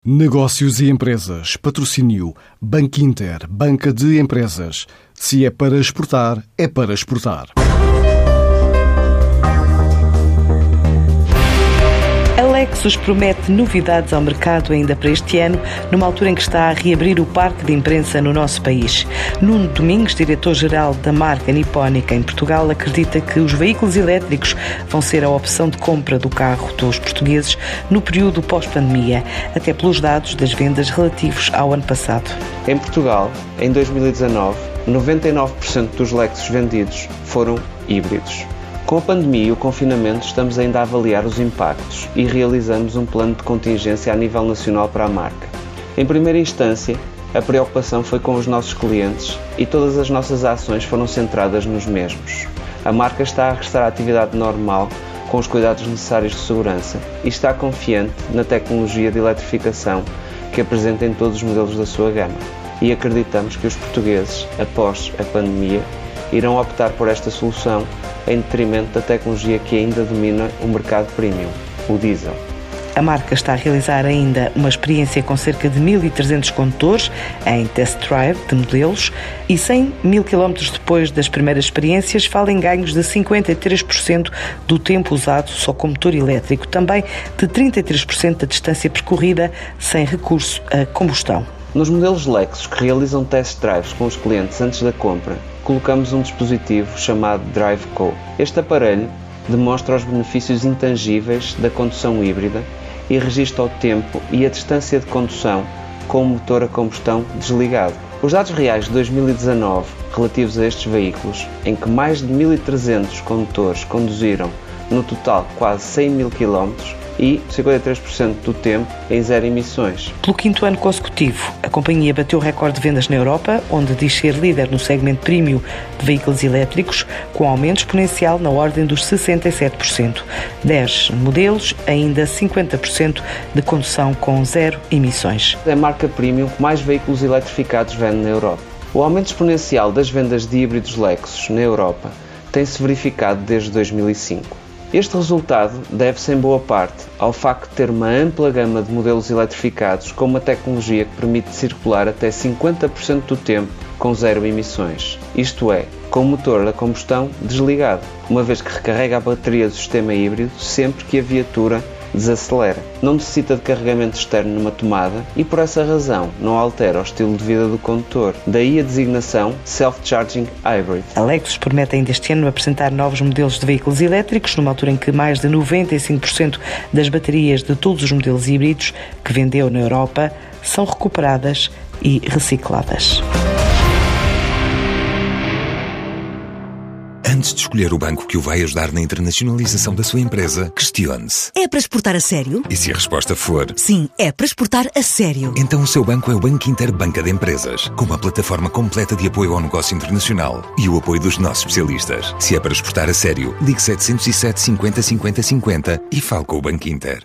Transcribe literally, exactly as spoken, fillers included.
Negócios e empresas. Patrocínio Banco Inter, Banca de Empresas. Se é para exportar, é para exportar. A Lexus promete novidades ao mercado ainda para este ano, numa altura em que está a reabrir o parque de imprensa no nosso país. Nuno Domingos, diretor-geral da marca nipónica em Portugal, acredita que os veículos elétricos vão ser a opção de compra do carro dos portugueses no período pós-pandemia, até pelos dados das vendas relativos ao ano passado. Em Portugal, em dois mil e dezanove, noventa e nove por cento dos Lexus vendidos foram híbridos. Com a pandemia e o confinamento, estamos ainda a avaliar os impactos e realizamos um plano de contingência a nível nacional para a marca. Em primeira instância, a preocupação foi com os nossos clientes e todas as nossas ações foram centradas nos mesmos. A marca está a regressar à atividade normal, com os cuidados necessários de segurança, e está confiante na tecnologia de eletrificação que apresenta em todos os modelos da sua gama. E acreditamos que os portugueses, após a pandemia, irão optar por esta solução em detrimento da tecnologia que ainda domina o mercado premium, o diesel. A marca está a realizar ainda uma experiência com cerca de mil e trezentos condutores em test drive de modelos e cem mil quilómetros depois das primeiras experiências fala em ganhos de cinquenta e três por cento do tempo usado só com motor elétrico, também de trinta e três por cento da distância percorrida sem recurso a combustão. Nos modelos Lexus que realizam test drives com os clientes antes da compra, colocamos um dispositivo chamado DriveCo. Este aparelho demonstra os benefícios intangíveis da condução híbrida e registra o tempo e a distância de condução com o motor a combustão desligado. Os dados reais de dois mil e dezanove relativos a estes veículos, em que mais de mil e trezentos condutores conduziram no total quase cem mil quilómetros, e cinquenta e três por cento do tempo em zero emissões. Pelo quinto ano consecutivo, a companhia bateu o recorde de vendas na Europa, onde diz ser líder no segmento premium de veículos elétricos, com aumento exponencial na ordem dos sessenta e sete por cento. dez modelos, ainda cinquenta por cento de condução com zero emissões. É a marca premium que mais veículos eletrificados vende na Europa. O aumento exponencial das vendas de híbridos Lexus na Europa tem-se verificado desde dois mil e cinco. Este resultado deve-se em boa parte ao facto de ter uma ampla gama de modelos eletrificados com uma tecnologia que permite circular até cinquenta por cento do tempo com zero emissões, isto é, com o motor a combustão desligado, uma vez que recarrega a bateria do sistema híbrido sempre que a viatura desacelera. Não necessita de carregamento externo numa tomada e, por essa razão, não altera o estilo de vida do condutor. Daí a designação Self-Charging Hybrid. A Lexus promete ainda este ano apresentar novos modelos de veículos elétricos, numa altura em que mais de noventa e cinco por cento das baterias de todos os modelos híbridos que vendeu na Europa são recuperadas e recicladas. Antes de escolher o banco que o vai ajudar na internacionalização da sua empresa, questione-se. É para exportar a sério? E se a resposta for sim, é para exportar a sério. Então o seu banco é o Banco Inter, Banca de Empresas, com uma plataforma completa de apoio ao negócio internacional e o apoio dos nossos especialistas. Se é para exportar a sério, ligue sete zero sete, cinquenta, cinquenta, cinquenta e fale com o Banco Inter.